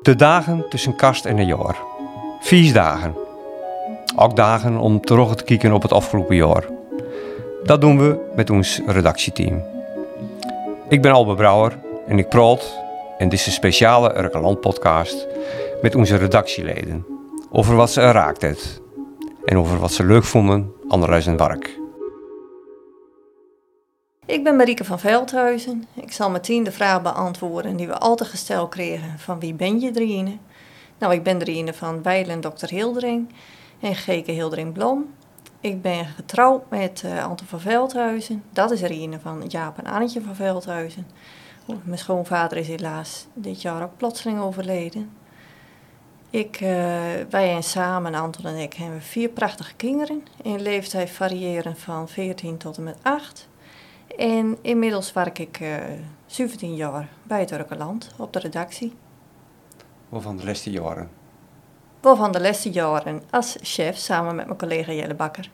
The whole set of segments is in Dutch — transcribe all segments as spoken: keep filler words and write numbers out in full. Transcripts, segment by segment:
De dagen tussen kerst en nieuwjaar. Vier dagen. Ook dagen om terug te kijken op het afgelopen jaar. Dat doen we met ons redactieteam. Ik ben Albert Brouwer en ik praat in deze speciale Urkeland podcast met onze redactieleden over wat ze er raakt heeft en over wat ze leuk vonden aan hun werk. Ik ben Marieke van Veldhuizen. Ik zal meteen de vraag beantwoorden die we altijd gesteld kregen: van wie ben je, Driene? Nou, ik ben Driene van Bijlen dokter Hildering en Geke Hildering-Blom. Ik ben getrouwd met uh, Anton van Veldhuizen. Dat is Driene van Jaap en Annetje van Veldhuizen. Mijn schoonvader is helaas dit jaar ook plotseling overleden. Ik, uh, wij en samen, Anton en ik, hebben vier prachtige kinderen. In leeftijd variëren van veertien tot en met acht. En inmiddels werk ik uh, zeventien jaar bij het Urkeland op de redactie. Waarvan de laatste jaren? Waarvan de laatste jaren als chef samen met mijn collega Jelle Bakker.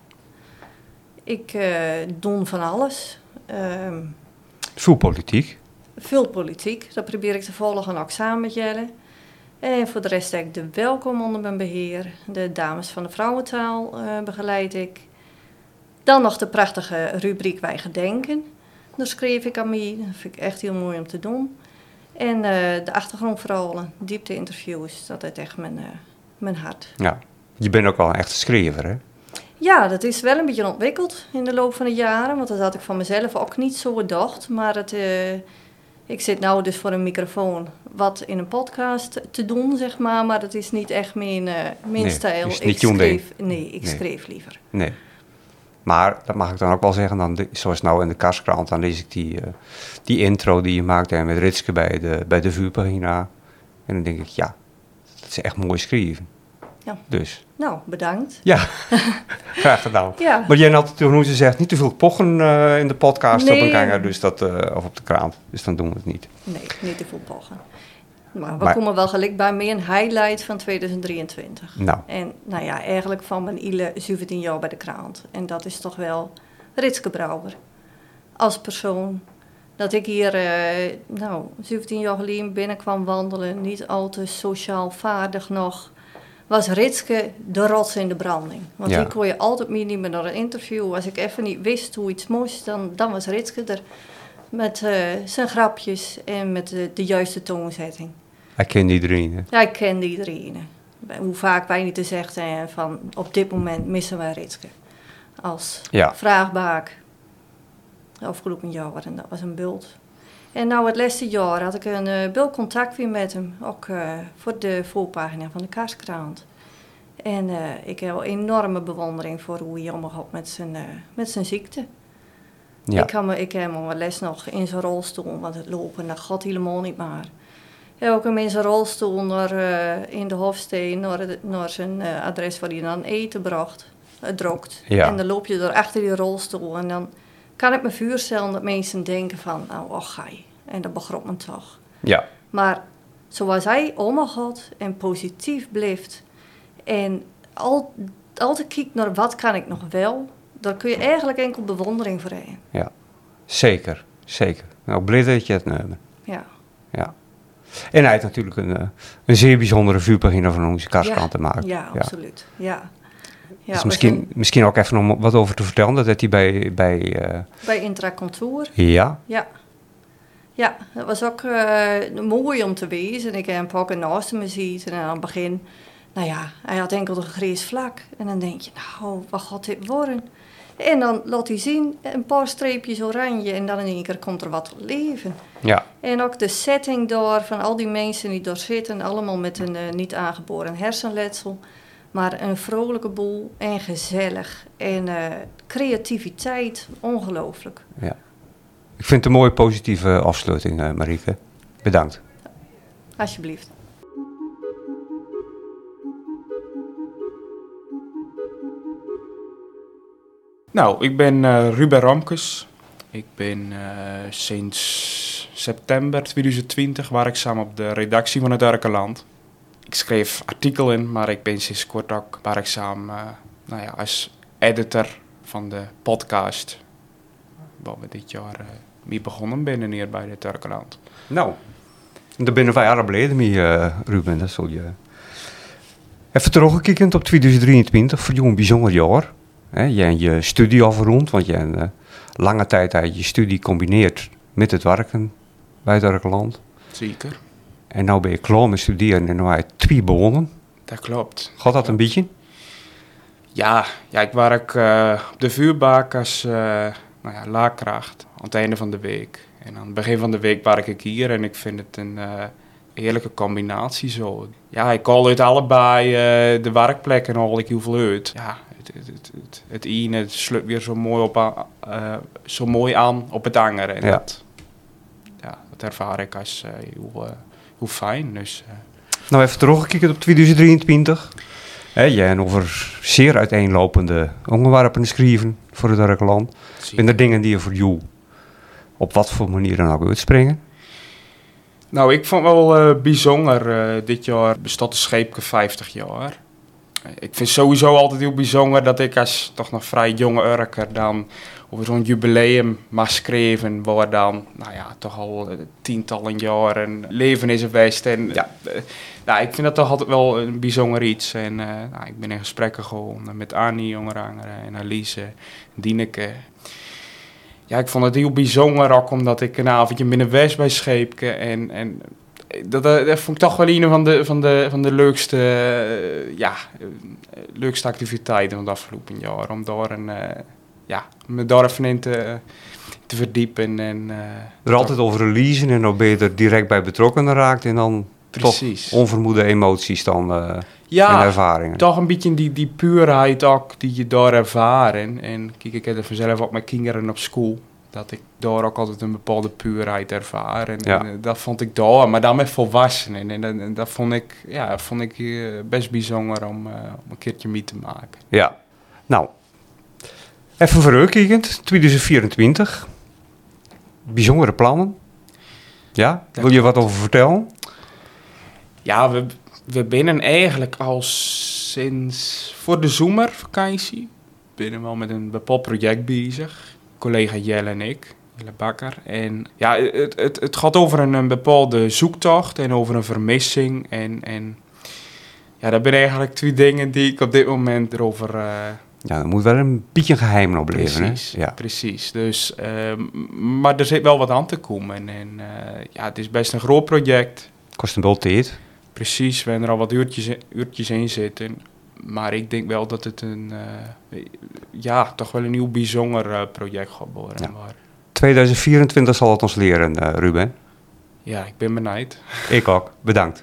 Ik uh, doe van alles. Uh, Veel politiek? Veel politiek, dat probeer ik te volgen ook samen met Jelle. En voor de rest heb ik de welkom onder mijn beheer. De dames van de vrouwentaal uh, begeleid ik. Dan nog de prachtige rubriek Wij Gedenken. Daar schreef ik aan mee. Dat vind ik echt heel mooi om te doen. En uh, de achtergrondverhalen, diepte-interviews, dat is echt mijn, uh, mijn hart. Ja, je bent ook wel een echte schrijver, hè? Ja, dat is wel een beetje ontwikkeld in de loop van de jaren. Want dat had ik van mezelf ook niet zo bedacht. Maar het, uh, ik zit nou dus voor een microfoon wat in een podcast te doen, zeg maar. Maar dat is niet echt mijn, uh, mijn nee, stijl. Is niet ik schreef, nee, nee, ik nee. schreef liever. Nee. Maar, dat mag ik dan ook wel zeggen, dan, zoals nou in de Karskrant, dan lees ik die, uh, die intro die je maakt hè, met Ritske bij de, bij de vuurpagina. En dan denk ik, ja, dat is echt mooi geschreven. Ja. Dus. Nou, bedankt. Ja, graag gedaan. Ja. Maar jij had toen, hoe ze zegt, niet te veel pochen uh, in de podcast nee. op een ganger, dus dat, uh, of op de krant. Dus dan doen we het niet. Nee, niet te veel pochen. Maar we maar, komen wel gelijk bij meer een highlight van tweeduizend drieëntwintig. Nou. En nou ja, eigenlijk van mijn ile zeventien jaar bij de krant. En dat is toch wel Ritske Brouwer. Als persoon. Dat ik hier, uh, nou, zeventien jaar geleden binnenkwam wandelen. Niet al te sociaal vaardig nog. Was Ritske de rots in de branding. Want ja. die kon je altijd meenemen naar een interview. Als ik even niet wist hoe iets moest, dan, dan was Ritske er. Met uh, zijn grapjes en met de, de juiste toonzetting. Hij kende iedereen, hè? Ja, ik kende iedereen. Hoe vaak wij niet te zeggen hebben van op dit moment missen wij Ritske. Als ja. vraagbaak. Afgelopen jaar, en dat was een bult. En nou het laatste jaar had ik een uh, bultcontact weer met hem. Ook uh, voor de voorpagina van de Karskrant. En uh, ik heb een enorme bewondering voor hoe hij omgaat met zijn, uh, met zijn ziekte. Ja. Ik, me, ik heb hem les nog in zijn rolstoel, want het lopen, dat gaat helemaal niet meer. Ik heb ook hem in zijn rolstoel naar, uh, in de Hofsteen naar, naar zijn uh, adres waar hij dan eten bracht, uh, drokt. Ja. En dan loop je er achter die rolstoel en dan kan ik me voorstellen dat mensen denken van, nou, och ga je. En dat begrop me toch. Ja. Maar zoals hij omgaat en positief blijft en al, altijd kijkt naar wat kan ik nog wel, daar kun je eigenlijk enkel bewondering voor hebben. Ja, zeker, zeker. Nou, blij dat je het neemt. Ja. Ja. En hij heeft natuurlijk een, een zeer bijzondere vuurpagina van onze Karskrant ja, te maken. Ja, ja. absoluut. Ja. Ja, dus misschien, een, misschien ook even om wat over te vertellen. Dat heeft hij bij... Bij, uh... bij Intracontour. Ja. Ja. Ja, dat was ook uh, mooi om te wezen. Ik heb hem ook naast me zitten en aan het begin... Nou ja, hij had enkel een grijs vlak. En dan denk je, nou, wat gaat dit worden? En dan laat hij zien, een paar streepjes oranje. En dan in één keer komt er wat leven. Ja. En ook de setting daar van al die mensen die daar zitten. Allemaal met een uh, niet aangeboren hersenletsel. Maar een vrolijke boel en gezellig. En uh, creativiteit, ongelooflijk. Ja. Ik vind het een mooie positieve afsluiting, uh, Marieke. Bedankt. Alsjeblieft. Nou, ik ben uh, Ruben Ramkes. Ik ben uh, sinds september tweeduizend twintig werkzaam op de redactie van het Urkeland. Ik schreef artikelen, maar ik ben sinds kort ook werkzaam uh, nou ja, als editor van de podcast. Waar we dit jaar uh, mee begonnen binnen hier bij het Urkeland. Nou, Daar binnen wij alle blij mee, uh, Ruben. Dat zul je... Even teruggekijkend op tweeduizend drieëntwintig, voor jou een bijzonder jaar. He, je hebt je studie afgerond, want je hebt uh, lange tijd uit je studie combineert met het werken bij het werkland. Zeker. En nu ben je klaar met studeren en nu heb je twee bonen. Dat klopt. Gaat dat een beetje? Ja, ja ik werk uh, op de vuurbak als uh, nou ja, laadkracht aan het einde van de week. En aan het begin van de week werk ik hier en ik vind het een uh, heerlijke combinatie zo. Ja, ik haal uit allebei uh, de werkplekken haal ik heel veel uit. Ja, het, het, het, het, het ene het sluit weer zo mooi, op, uh, zo mooi aan op het andere. En ja. Dat, ja, dat ervaar ik als uh, heel, uh, heel fijn. Dus, uh. Nou, even teruggekeken op tweeduizend drieëntwintig. He, jij hebt over zeer uiteenlopende onderwerpen geschreven voor het werkland. Zijn er dingen die je voor jou op wat voor manier dan ook uitspringen? Nou, ik vond wel uh, bijzonder. Uh, dit jaar bestaat de Scheepke vijftig jaar. Uh, ik vind sowieso altijd heel bijzonder dat ik als toch nog vrij jonge Urker dan over zo'n jubileum mag schrijven, waar dan, nou ja, toch al uh, tientallen jaren leven is geweest. En ja, uh, nou, ik vind dat toch altijd wel een bijzonder iets. En uh, nou, ik ben in gesprekken gewoon met Annie, onder andere, en Alice, Dieneke. Ja, ik vond het heel bijzonder, ook omdat ik een avondje binnen West bij Scheepke. En, en dat, dat vond ik toch wel een van de, van de, van de leukste, uh, ja, uh, leukste activiteiten van het afgelopen jaar. Om daar, een, uh, ja, me daar even in te, te verdiepen. En, uh, er altijd over releasen en dan ben je er direct bij betrokken geraakt en dan precies. Toch onvermoede emoties dan uh, ja, en ervaringen. Toch een beetje die, die puurheid ook die je daar ervaart. En, en kijk, ik heb er vanzelf ook met kinderen op school. Dat ik daar ook altijd een bepaalde puurheid ervaar. En, ja. en dat vond ik daar, maar dan met volwassenen. En, en, en dat vond ik, ja, vond ik uh, best bijzonder om, uh, om een keertje mee te maken. Ja, nou, even vooruitkijkend, tweeduizend vierentwintig. Bijzondere plannen. Ja, dat wil je wat over vertellen? Ja, we, we binnen eigenlijk al sinds voor de zomervakantie binnen wel met een bepaald project bezig. Collega Jelle en ik, Jelle Bakker. En ja, het, het, het gaat over een, een bepaalde zoektocht en over een vermissing. En, en ja, dat zijn eigenlijk twee dingen die ik op dit moment erover... Uh, ja, er moet wel een beetje geheim op blijven, precies, hè? Ja. Precies, dus, uh, maar er zit wel wat aan te komen. En uh, ja, het is best een groot project. Het kost een bel tijd. Precies, we hebben er al wat uurtjes, uurtjes in zitten. Maar ik denk wel dat het een, uh, ja, toch wel een nieuw bijzonder uh, project gaat worden. Ja. Maar... tweeduizend vierentwintig zal het ons leren, uh, Ruben. Ja, ik ben benieuwd. Ik ook, bedankt.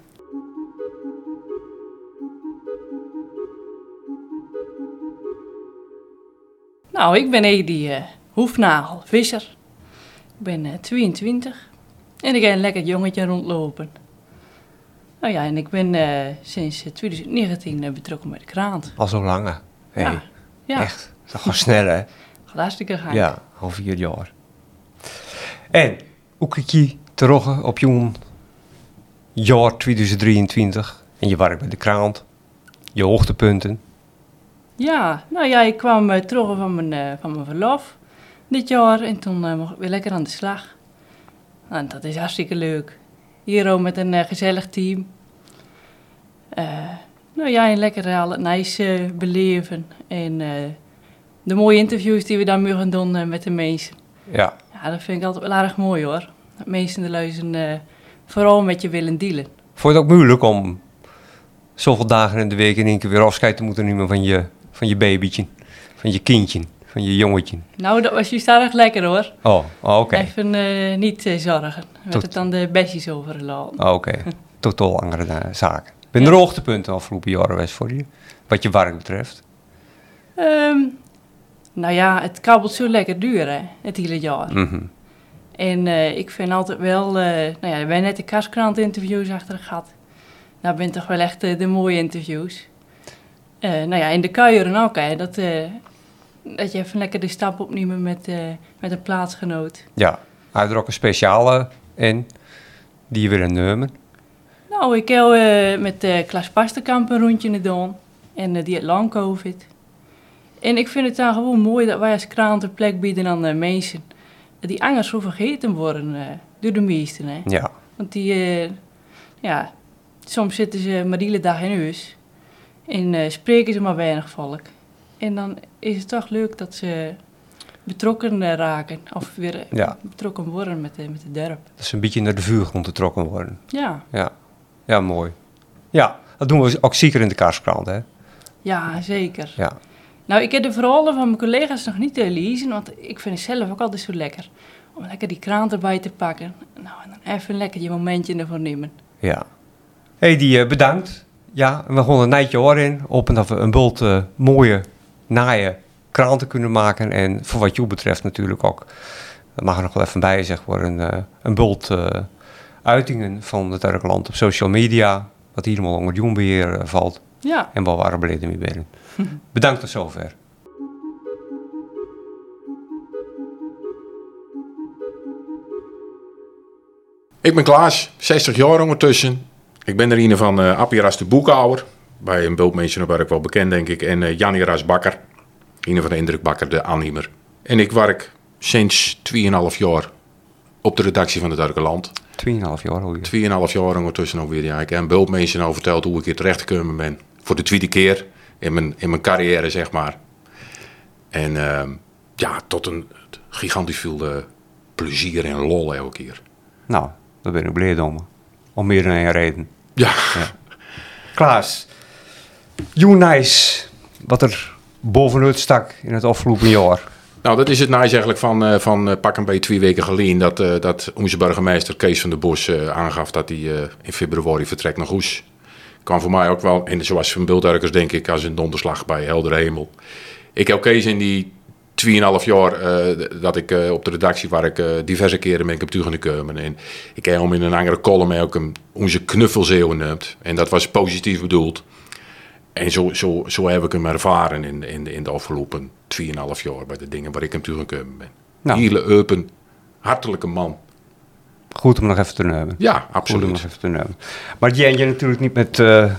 Nou, ik ben Edi uh, Hoefnagel, visser. Ik ben uh, tweeëntwintig en ik heb een lekker jongetje rondlopen. Nou ja, en ik ben uh, sinds twintig negentien uh, betrokken bij de krant. Al zo lang, hè? Hey, ja, ja. Echt, dat gaat gewoon snel, hè? Gaat hartstikke gaan. Ja, al vier jaar. En, hoe kijk je terug op je jaar tweeduizend drieëntwintig en je werk bij de krant, je hoogtepunten? Ja, nou ja, ik kwam uh, terug van mijn, uh, van mijn verlof dit jaar en toen uh, mocht ik weer lekker aan de slag. Nou, dat is hartstikke leuk. Hier ook met een uh, gezellig team. Uh, nou ja, en lekker al het nice uh, beleven. En uh, de mooie interviews die we dan mogen doen uh, met de mensen. Ja. Ja, dat vind ik altijd wel erg mooi hoor. Dat mensen de luizen uh, vooral met je willen dealen. Vond je het ook moeilijk om zoveel dagen in de week in één keer weer afscheid te moeten nemen van je, van je babytje, van je kindje, van je jongetje? Nou, dat was juist erg lekker hoor. Oh, oh oké. Okay. Even uh, niet uh, zorgen. We Tot... het aan de bestjes overgelaten. Oh, oké. Okay. Totaal andere uh, zaken. Ben ja. er hoogtepunten afgelopen jaren geweest voor je, wat je werk betreft? Um, nou ja, het kabbelt zo lekker duur hè, het hele jaar. Mm-hmm. En uh, ik vind altijd wel, uh, nou ja, we hebben net de Kaskrant interviews achter gehad. Nou, ben toch wel echt uh, de mooie interviews. Uh, nou ja, in de kuieren ook, hè, dat, uh, dat je even lekker de stap opneemt met, uh, met een plaatsgenoot. Ja, hij er ook een speciale in, die je wil nemen. Nou, ik heb uh, met uh, Klaas Pasterkamp een rondje gedaan. En uh, die had lang covid. En ik vind het dan gewoon mooi dat wij als krant een plek bieden aan uh, mensen die anders zo vergeten worden uh, door de meesten. Hè. Ja. Want die, uh, ja, soms zitten ze maar de hele dag in huis. En uh, spreken ze maar weinig volk. En dan is het toch leuk dat ze betrokken uh, raken. Of weer Ja. betrokken worden met de, met de dorp. Dat ze een beetje naar de vuurgrond getrokken worden. Ja, Ja, ja, mooi. Ja, dat doen we ook zeker in de Kaarskrant, hè? ja, zeker. Ja. Nou, ik heb de verhalen van mijn collega's nog niet te lezen, want ik vind het zelf ook altijd zo lekker. Om lekker die kraan erbij te pakken. Nou, en dan even lekker je momentje ervoor nemen. Ja. Hé, hey, die uh, bedankt. Ja, we gaan een nijtje hoor in. Op en dat we een bult uh, mooie, naaie kranten kunnen maken. En voor wat jou betreft natuurlijk ook, dat mag er nog wel even bij gezegd worden, uh, een bult uh, uitingen van het Urkeland op social media. Wat helemaal onder het jongbeheer uh, valt. Ja. En waar we blij mee binnen. Bedankt tot zover. Ik ben Klaas, zestig jaar ondertussen. Ik ben er een van uh, Appie Ras de boekhouder. Bij een bultmensen op werk wel bekend, denk ik. En uh, Jannie Ras Bakker. Een van de indrukbakker, de aannemer. En ik werk sinds tweeënhalf jaar op de redactie van het Urkeland. Tweeënhalf jaar hoor je. Tweeënhalf jaar ondertussen alweer. Ja. Ik heb een bultmensen al verteld hoe ik hier terecht gekomen ben. Voor de tweede keer in mijn, in mijn carrière, zeg maar. En uh, ja, tot een gigantisch veel uh, plezier en lol elke keer. Nou, daar ben ik blij om. Om meer dan één reden. Ja. Ja. Klaas, you nice. Wat er bovenuit stak in het afgelopen jaar. Nou, dat is het nice eigenlijk van, uh, van uh, pak een beetje twee weken geleden. Dat, uh, dat onze burgemeester Kees van der Bos uh, aangaf dat hij uh, in februari vertrekt naar Goes. Kwam voor mij ook wel, en zoals van Bultdurkers denk ik, als een donderslag bij heldere hemel. Ik heb Kees in die tweeënhalf jaar uh, dat ik uh, op de redactie waar ik uh, diverse keren ben ik op terug gekomen. En ik heb hem in een andere column ook een, onze knuffelzeeuw genoemd. En dat was positief bedoeld. En zo, zo, zo heb ik hem ervaren in, in, in de afgelopen tweeënhalf jaar bij de dingen waar ik hem terug gekomen ben. Nou. Hele open, hartelijke man. Goed om nog even te nemen. Ja, Goed om absoluut. nog even te nemen. Maar jij je natuurlijk niet met, uh,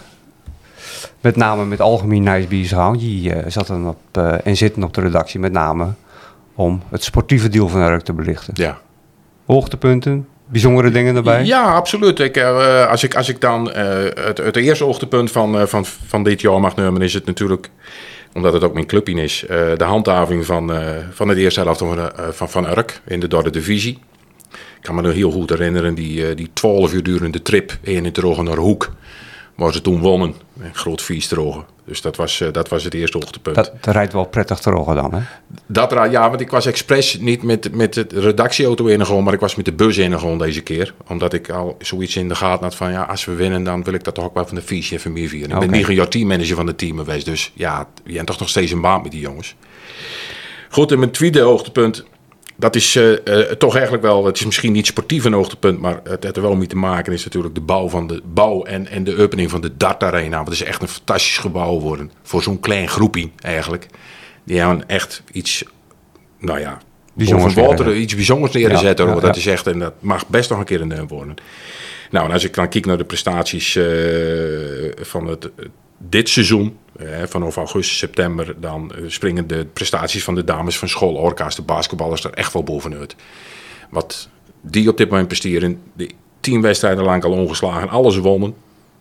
met name met algemeen nice bezig houden. Je uh, zat dan op, uh, en zitten op de redactie met name om het sportieve deel van Urk te belichten. Ja. Hoogtepunten, bijzondere dingen daarbij. Ja, absoluut. Ik, uh, als, ik, als ik dan uh, het, het eerste hoogtepunt van, uh, van, van dit jaar mag nemen, is het natuurlijk, omdat het ook mijn clubje is, uh, de handhaving van, uh, van het eerste helft van, uh, van, van Urk in de derde divisie. Ik kan me nog heel goed herinneren, die, uh, die twaalf uur durende trip in het Drogen naar Hoek, waar ze toen wonnen. Een groot feest drogen. Dus dat was, uh, dat was het eerste hoogtepunt. Dat, dat rijdt wel prettig te roggen dan, hè? Dat, ja, want ik was expres niet met, met de redactieauto ingegaan, maar ik was met de bus ingegaan deze keer. Omdat ik al zoiets in de gaten had van, ja, als we winnen, dan wil ik dat toch ook wel van de visie even meer vieren. Okay. Ik ben negen jaar teammanager van het team geweest, dus ja, je hebt toch nog steeds een baan met die jongens. Goed, en mijn tweede hoogtepunt, dat is uh, uh, toch eigenlijk wel, het is misschien niet sportief een hoogtepunt, maar het heeft er wel mee te maken, is natuurlijk de bouw, van de, bouw en, en de opening van de Dart Arena. Want het is echt een fantastisch gebouw geworden, voor zo'n klein groepje eigenlijk. Die hebben echt iets, nou ja, Bijzonders boven water, neergezet. iets bijzonders neergezet. Ja, hoor. ja, Dat ja. is echt, en dat mag best nog een keer een neem worden. Nou, en als ik dan kijk naar de prestaties uh, van het, dit seizoen, uh, vanaf augustus, september, dan uh, springen de prestaties van de dames van school, orka's, de basketballers er echt wel bovenuit. Wat die op dit moment presteren, de tien wedstrijden lang al ongeslagen, alles wonnen.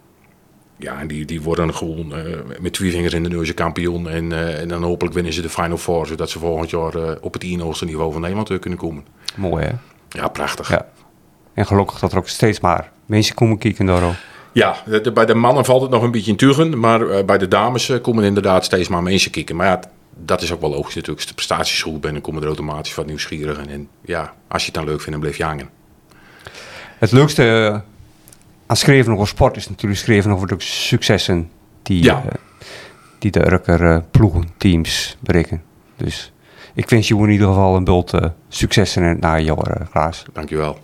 Ja, en die, die worden gewoon uh, met twee vingers in de neus kampioen. En, uh, en dan hopelijk winnen ze de Final Four, zodat ze volgend jaar uh, op het één hoogste niveau van Nederland weer kunnen komen. Mooi, hè? Ja, prachtig. Ja. En gelukkig dat er ook steeds maar mensen komen kijken daarop. Ja, de, de, bij de mannen valt het nog een beetje in tugen, maar uh, bij de dames uh, komen inderdaad steeds maar mensen kijken. Maar ja, dat is ook wel logisch natuurlijk. Als de prestaties goed bent, dan komen er automatisch wat nieuwsgierigen. En ja, als je het dan leuk vindt, dan blijf je hangen. Het leukste uh, aan schrijven over sport is natuurlijk schrijven over de successen die, Ja. uh, die de Urker uh, ploegen, teams bereiken. Dus ik wens je in ieder geval een bult uh, successen in het najaar, uh, Klaas. Dankjewel.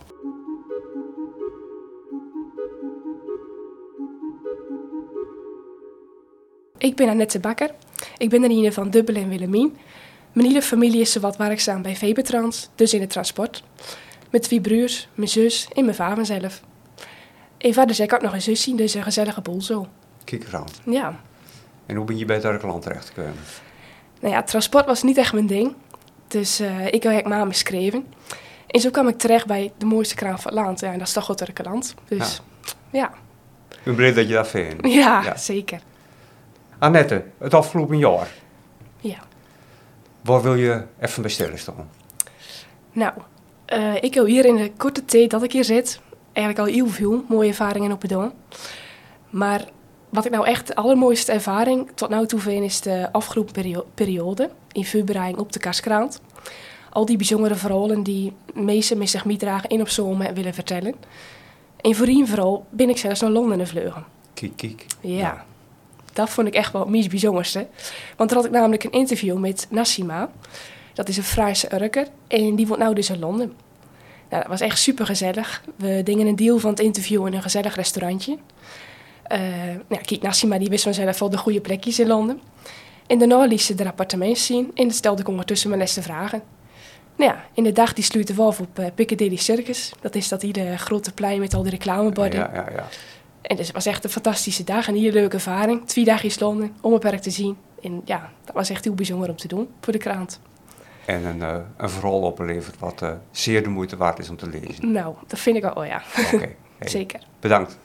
Ik ben Annette Bakker. Ik ben er een van Dubbel en Willemien. Mijn hele familie is zowat werkzaam bij Vebetrans, dus in het transport. Met twee broers, mijn zus en mijn vader zelf. En verder zeg ik ook nog een zusje, dus een gezellige boel zo. Kijk eens aan. Ja, En hoe ben je bij het Urkerland terechtgekomen? nou ja, transport was niet echt mijn ding. Dus uh, ik heb maar beschreven. En zo kwam ik terecht bij de mooiste kraan van het land. Ja, en dat is toch Urkeland. Dus Ja, Ik ben blij dat je dat vindt. ja, Ja. zeker. Annette, het afgelopen jaar. Ja. Waar wil je even bij stilstaan? Nou, uh, ik heb hier in de korte tijd dat ik hier zit, eigenlijk al heel veel mooie ervaringen op gedaan. Maar wat ik nou echt de allermooiste ervaring tot nu toe vind, is de afgelopen perio- periode in voorbereiding op de Kaskrant. Al die bijzondere verhalen die meesten met zich meedragen in op zomer willen vertellen. En voor een vooral ben ik zelfs naar Londen gevlogen. Kijk, kijk. Ja, Ja. dat vond ik echt wel het meest bijzonderste. Want er had ik namelijk een interview met Nassima. Dat is een Franse Urker en die woont nou dus in Londen. Nou, dat was echt super gezellig. We dingen een deel van het interview in een gezellig restaurantje. Uh, nou, kijk, Nassima die wist vanzelf wel de goede plekjes in Londen. En daarna liet ze de appartement zien en dat stelde ik ondertussen mijn laatste vragen. Nou ja, in de dag die sluiten we af op uh, Piccadilly Circus. Dat is dat hele grote plein met al die reclameborden. Ja, ja, ja. En dus het was echt een fantastische dag, een hele leuke ervaring. Twee dagjes Londen, onbeperkt te zien. En ja, dat was echt heel bijzonder om te doen voor de krant. En een, uh, een verhaal oplevert wat uh, zeer de moeite waard is om te lezen. Nou, dat vind ik wel, ja. Oké. Okay. Hey. Zeker. Bedankt.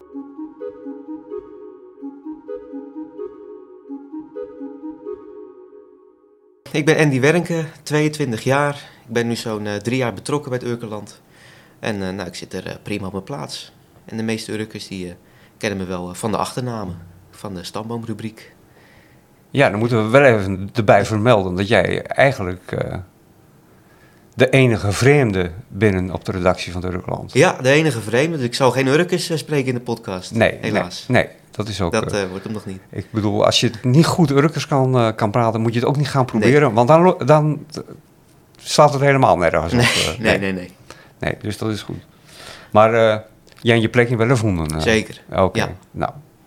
Ik ben Andy Wernke, tweeëntwintig jaar. Ik ben nu zo'n uh, drie jaar betrokken bij het Urkerland. En uh, nou, ik zit er uh, prima op mijn plaats. En de meeste Urkers die, uh, kennen me wel uh, van de achternamen, van de stamboomrubriek. Ja, dan moeten we wel even erbij vermelden dat jij eigenlijk uh, de enige vreemde binnen op de redactie van het Urkerland. Ja, de enige vreemde. Dus ik zal geen Urkers uh, spreken in de podcast. Nee, helaas. Nee, nee, dat is ook... Dat uh, uh, wordt hem nog niet. Ik bedoel, als je het niet goed Urkers kan, uh, kan praten, moet je het ook niet gaan proberen. Nee. Want dan, dan slaat het helemaal nergens nee, op. Uh, nee, nee, nee. Nee, dus dat is goed. Maar uh, jij en je plekje wel gevonden? Uh. Zeker. Oké, okay. Ja. Nou.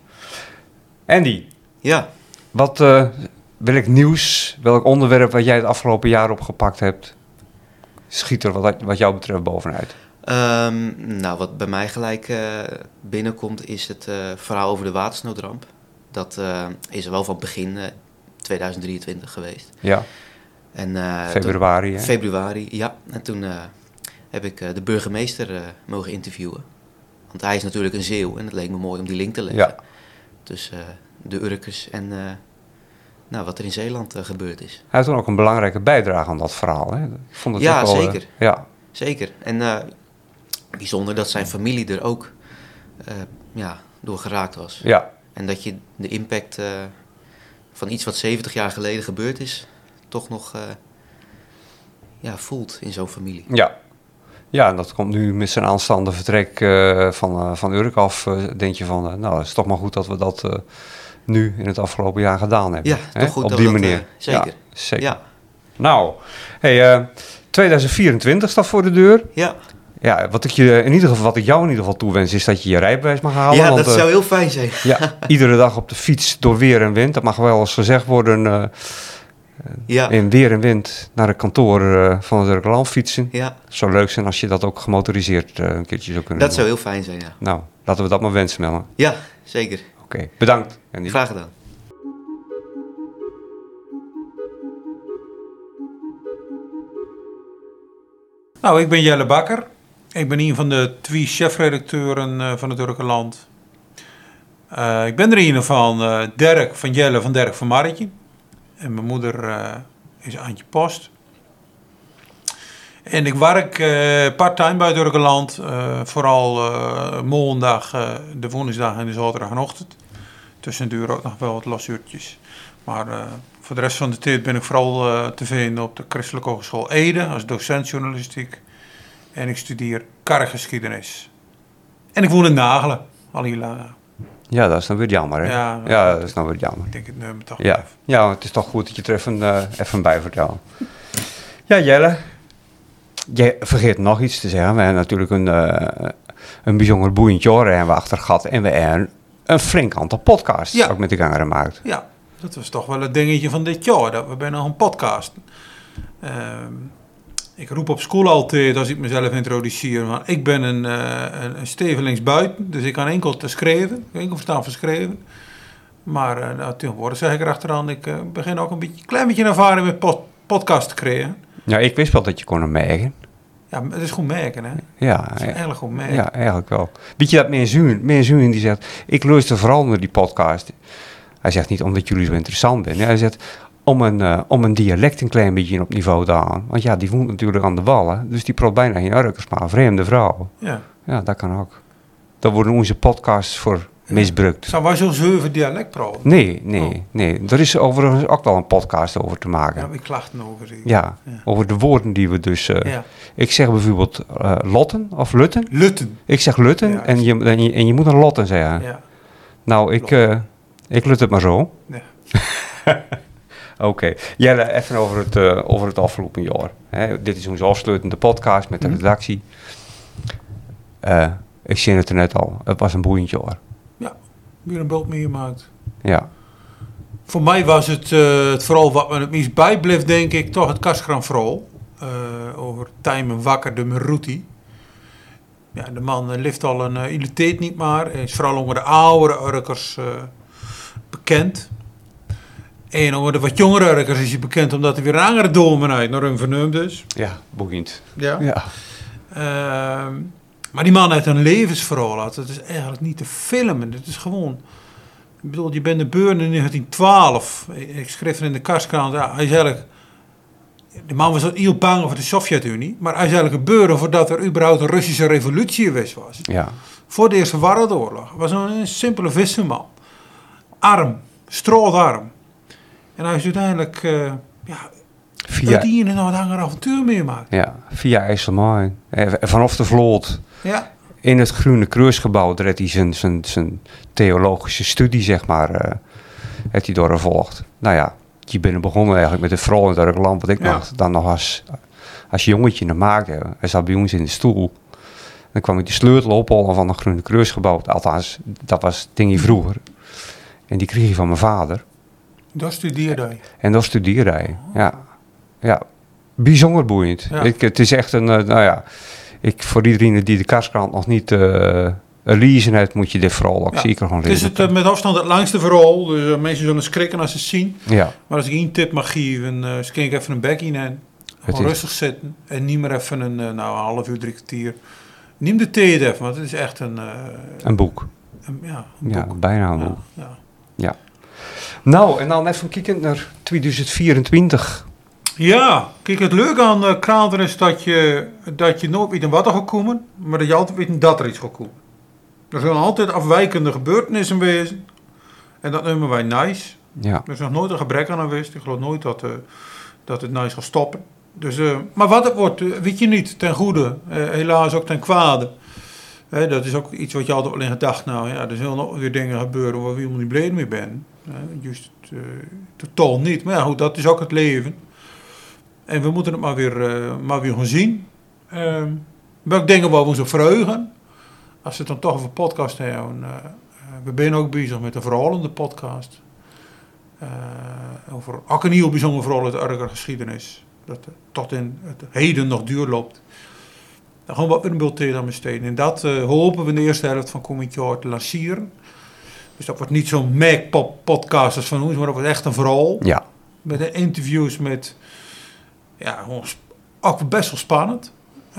Andy. Ja. Wat, uh, welk nieuws, welk onderwerp wat jij het afgelopen jaar opgepakt hebt, schiet er wat, wat jou betreft bovenuit? Um, nou, wat bij mij gelijk uh, binnenkomt is het uh, verhaal over de watersnoodramp. Dat uh, is wel van begin uh, tweeduizend drieëntwintig geweest. Ja. En, uh, februari, toen, hè? Februari, ja. En toen uh, heb ik uh, de burgemeester uh, mogen interviewen. Want hij is natuurlijk een Zeeuw en het leek me mooi om die link te leggen. Ja. Tussen uh, de Urkers en uh, nou, wat er in Zeeland uh, gebeurd is. Hij had toen ook een belangrijke bijdrage aan dat verhaal, hè? Ik vond het ja, ook wel, zeker. Uh, ja, zeker. En uh, bijzonder dat zijn familie er ook uh, ja, door geraakt was. Ja. En dat je de impact uh, van iets wat zeventig jaar geleden gebeurd is, toch nog uh, ja, voelt in zo'n familie. Ja. Ja, en dat komt nu met zijn aanstaande vertrek uh, van, uh, van Urk af. Uh, denk je van, uh, nou, het is toch maar goed dat we dat uh, nu in het afgelopen jaar gedaan hebben. Ja, hè? toch goed op dat die we manier. Dat, uh, zeker. Ja, zeker. Ja. Nou, hey, uh, tweeduizend vierentwintig staat voor de deur. Ja. Ja, wat ik, je, in ieder geval, wat ik jou in ieder geval toewens is dat je je rijbewijs mag halen. Ja, want, dat uh, zou heel fijn zijn. Ja, iedere dag op de fiets door weer en wind. Dat mag wel eens gezegd worden. Uh, ja. In weer en wind naar het kantoor uh, van het Urkerland fietsen. Ja. Het zou leuk zijn als je dat ook gemotoriseerd uh, een keertje zou kunnen dat doen. Dat zou heel fijn zijn, ja. Nou, laten we dat maar wensen, Melle. Ja, zeker. Oké, okay, bedankt. Andy. Graag gedaan. Nou, ik ben Jelle Bakker. Ik ben een van de twee chefredacteuren uh, van het Urkerland. Uh, ik ben er een van uh, Dirk van Jelle van Dirk van Marretje. En mijn moeder uh, is Antje Post. En ik werk uh, part-time bij het Urkerland. Uh, vooral uh, maandag, uh, de woensdag en de zaterdagenochtend. Tussendoor ook nog wel wat losuurtjes. Maar uh, voor de rest van de tijd ben ik vooral uh, te vinden op de Christelijke Hogeschool Ede als docent journalistiek. En ik studeer karregeschiedenis. En ik woon in Nagelen, al heel lang. Ja, dat is dan weer jammer, hè? Ja, ja dat is dan weer jammer. Ik denk het nummer toch. Ja. ja, het is toch goed dat je er even, uh, even bij vertelt. Ja, Jelle. Je vergeet nog iets te zeggen. We hebben natuurlijk een, uh, een bijzonder boeiend jaar hebben we achter gehad. En we hebben een flink aantal podcasts ja. ook met de gang gemaakt. Ja, dat was toch wel het dingetje van dit jaar. Dat we bijna een podcast. Uh, ik roep op school altijd, als ik mezelf introduceer, maar ik ben een, uh, een, een stevelings buiten. Dus ik kan enkel te schrijven. Ik kan enkel verstaan van schrijven. Maar uh, nou, tegenwoordig zeg ik erachteraan, ik uh, begin ook een beetje, klein beetje ervaring met pod, podcast te krijgen. Ja, ik wist wel dat je kon hem merken. Ja, het is goed merken, hè? Ja, Het is eigenlijk goed merken. ja, eigenlijk wel. Weet je dat Meerzuun, Meerzuun die zegt, ik luister vooral naar die podcast. Hij zegt niet omdat jullie zo interessant zijn. Hij zegt om een, uh, om een dialect een klein beetje op niveau te halen. Want ja, die woont natuurlijk aan de Wallen. Dus die praat bijna geen Urkers, maar een vreemde vrouw. Ja. Ja, dat kan ook. Daar worden onze podcasts voor misbruikt. Zou wij zo'n zeven dialect praten? Nee, nee, Oh. nee. Er is overigens ook wel een podcast over te maken. Ja, we klachten over. Zie ik. Ja, Ja. over de woorden die we dus... Uh, Ja. Ik zeg bijvoorbeeld uh, Lotten of Lutten. Lutten. Ik zeg Lutten Ja, en, je, en, je, en je moet een Lotten zeggen. Ja. Nou, ik, uh, ik lut het maar zo. Ja. Oké. Okay. Jelle, even over het, uh, over het afgelopen jaar. Hè, dit is onze afsluitende podcast met de Mm. redactie. Uh, ik zei het er net al. Het was een boeiend jaar. Weer een beeld meegemaakt. Ja. Voor mij was het, uh, het vooral wat me het meest bijbleef, denk ik, toch het Kastgram vooral. Uh, over Tijmen Wakker de Meruti. Ja, de man uh, leeft al een uh, hele tijd niet meer. Hij is vooral onder de oudere Urkers uh, bekend. En onder de wat jongere Urkers is hij bekend omdat hij weer een andere domen uit naar hun vernoemd is. Ja, boeiend. Ja. Ja. Uh, maar die man heeft een levensverhaal. Dat is eigenlijk niet te filmen. Het is gewoon... Ik bedoel, je bent de Beuren in negentien twaalf. Ik schreef er in de Kastkrant. Ja, hij is eigenlijk... De man was heel bang voor de Sovjet-Unie. Maar hij is eigenlijk een Beuren voordat er überhaupt een Russische revolutie geweest was. Ja. Voor de Eerste Wereldoorlog. Hij was een, een simpele visserman. Arm. Strootarm. En hij is uiteindelijk... Uh, ja, via... die in een wat langer avontuur meemaakt. Ja, via IJsselmijn. Vanaf de vloot. Ja. In het Groene Kruisgebouw redt hij zijn, zijn, zijn theologische studie, zeg maar, uh, heeft hij doorgevolgd. Nou ja, je bent begonnen eigenlijk met de vrouw in het Urkerland, wat ik ja. nog, dan nog als, als jongetje naar maakte. Hij zat bij ons in de stoel. Dan kwam ik de sleutel ophalen van het Groene Kruisgebouw. Althans, dat was dingetje vroeger. En die kreeg hij van mijn vader. Daar studeerde hij. En daar studeerde hij, ja. Ja, bijzonder boeiend. Ja. Ik, het is echt een, uh, nou ja... Ik, voor iedereen die de Kastkrant nog niet uh, lezen heeft, moet je dit vooral ook ja. zeker gewoon lezen. Het is het, uh, met afstand het langste verhaal. Dus uh, mensen zullen schrikken als ze het zien. Ja. Maar als ik één tip mag geven, uh, skink even een bek in en gewoon is... rustig zitten. En niet meer even een, uh, nou, een half uur, drie kwartier. Neem de tijd even, want het is echt een... Uh, een boek. Een, ja, een ja, boek. bijna een ja, boek. Ja. ja. Nou, en dan even kijken naar tweeduizend vierentwintig. Ja, kijk, het leuke aan uh, kranten is dat je, dat je nooit weet wat er gaat komen, maar dat je altijd weet dat er iets gaat komen. Er zullen altijd afwijkende gebeurtenissen wezen. En dat noemen wij nice. Ja. Er is nog nooit een gebrek aan geweest. Ik geloof nooit dat, uh, dat het nice gaat stoppen. Dus, uh, maar wat het wordt, uh, weet je niet, ten goede. Uh, helaas ook ten kwade. Uh, dat is ook iets wat je altijd al in gedacht. Nou ja, er zullen nog weer dingen gebeuren waar we helemaal niet blij mee bent. Uh, juist uh, totaal niet. Maar ja, goed, dat is ook het leven. En we moeten het maar weer, uh, maar weer gaan zien. Uh, welke dingen waar we ons op verheugen. Als we het dan toch over podcast hebben. Uh, uh, we zijn ook bezig met een verhalende podcast. Uh, over ook een heel bijzonder verhaal uit de Urker geschiedenis. Dat uh, tot in het heden nog duur loopt. Daar gaan we wat weer een beeld aan besteden. En dat uh, hopen we in de eerste helft van komend jaar te lanceren. Dus dat wordt niet zo'n Mac-pop podcast als van ons, maar dat wordt echt een verhaal. Ja. Met uh, interviews met... Ja, gewoon ook best wel spannend. Uh,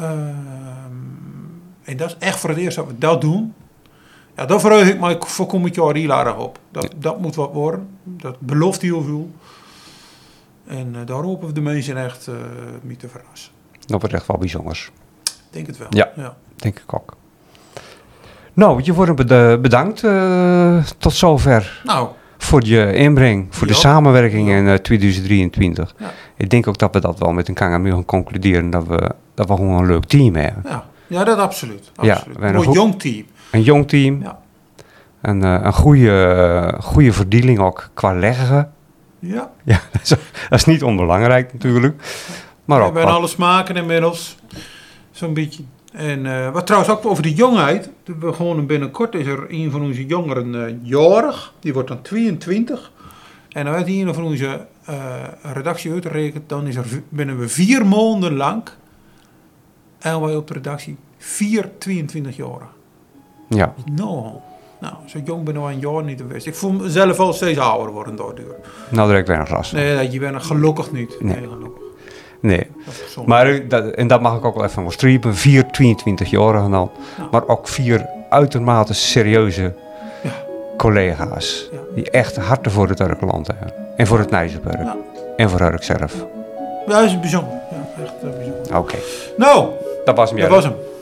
en dat is echt voor het eerst dat we dat doen. Ja, daar verheug ik me voor komend jaar heel erg op. Dat, ja. dat moet wat worden. Dat belooft heel veel. En uh, daar hopen we de mensen echt uh, mee te verrassen. Dat wordt echt wel bijzonders. Ik denk het wel. Ja, ja. denk ik ook. Nou, je wordt bedankt uh, tot zover. Nou... Voor je inbreng, voor ja. de samenwerking ja. in uh, tweeduizend drieëntwintig. Ja. Ik denk ook dat we dat wel met een K M U gaan concluderen. Dat we, dat we gewoon een leuk team hebben. Ja, ja dat absoluut. absoluut. Ja, een mooi jong team. Een jong team. Ja. En uh, een goede, uh, goede verdieling ook qua leggen. Ja. Ja, dat is, dat is niet onbelangrijk natuurlijk. Maar we ook hebben alles maken inmiddels. Zo'n beetje. En uh, wat trouwens ook over de jongheid. We gewoon binnenkort is er een van onze jongeren uh, jarig. Die wordt dan tweeëntwintig. En dan werd een van onze uh, redactie uitgerekend. Dan is er binnen we vier maanden lang. En wij op de redactie vier tweeëntwintig-jarigen. Ja. Nou, nou, zo jong ben ik al een jaar niet geweest. Ik voel mezelf al steeds ouder worden daardoor. Nou, direct weinig last. Nee, je bent er gelukkig niet. Nee. nee gelukkig. Nee. Dat is gezond. Maar u- dat, en dat mag ik ook wel even onderstrepen. Vier tweeëntwintigjarigen dan. Ja. Maar ook vier uitermate serieuze Ja. collega's. Ja. Die echt harten voor het Urkeland hebben. En voor het Nijzenburg. Ja. En voor Urk zelf. Ja, dat is bijzonder. Ja, echt eh, bijzonder. Oké. Nou, Dat was hem. dat Jelle. was hem.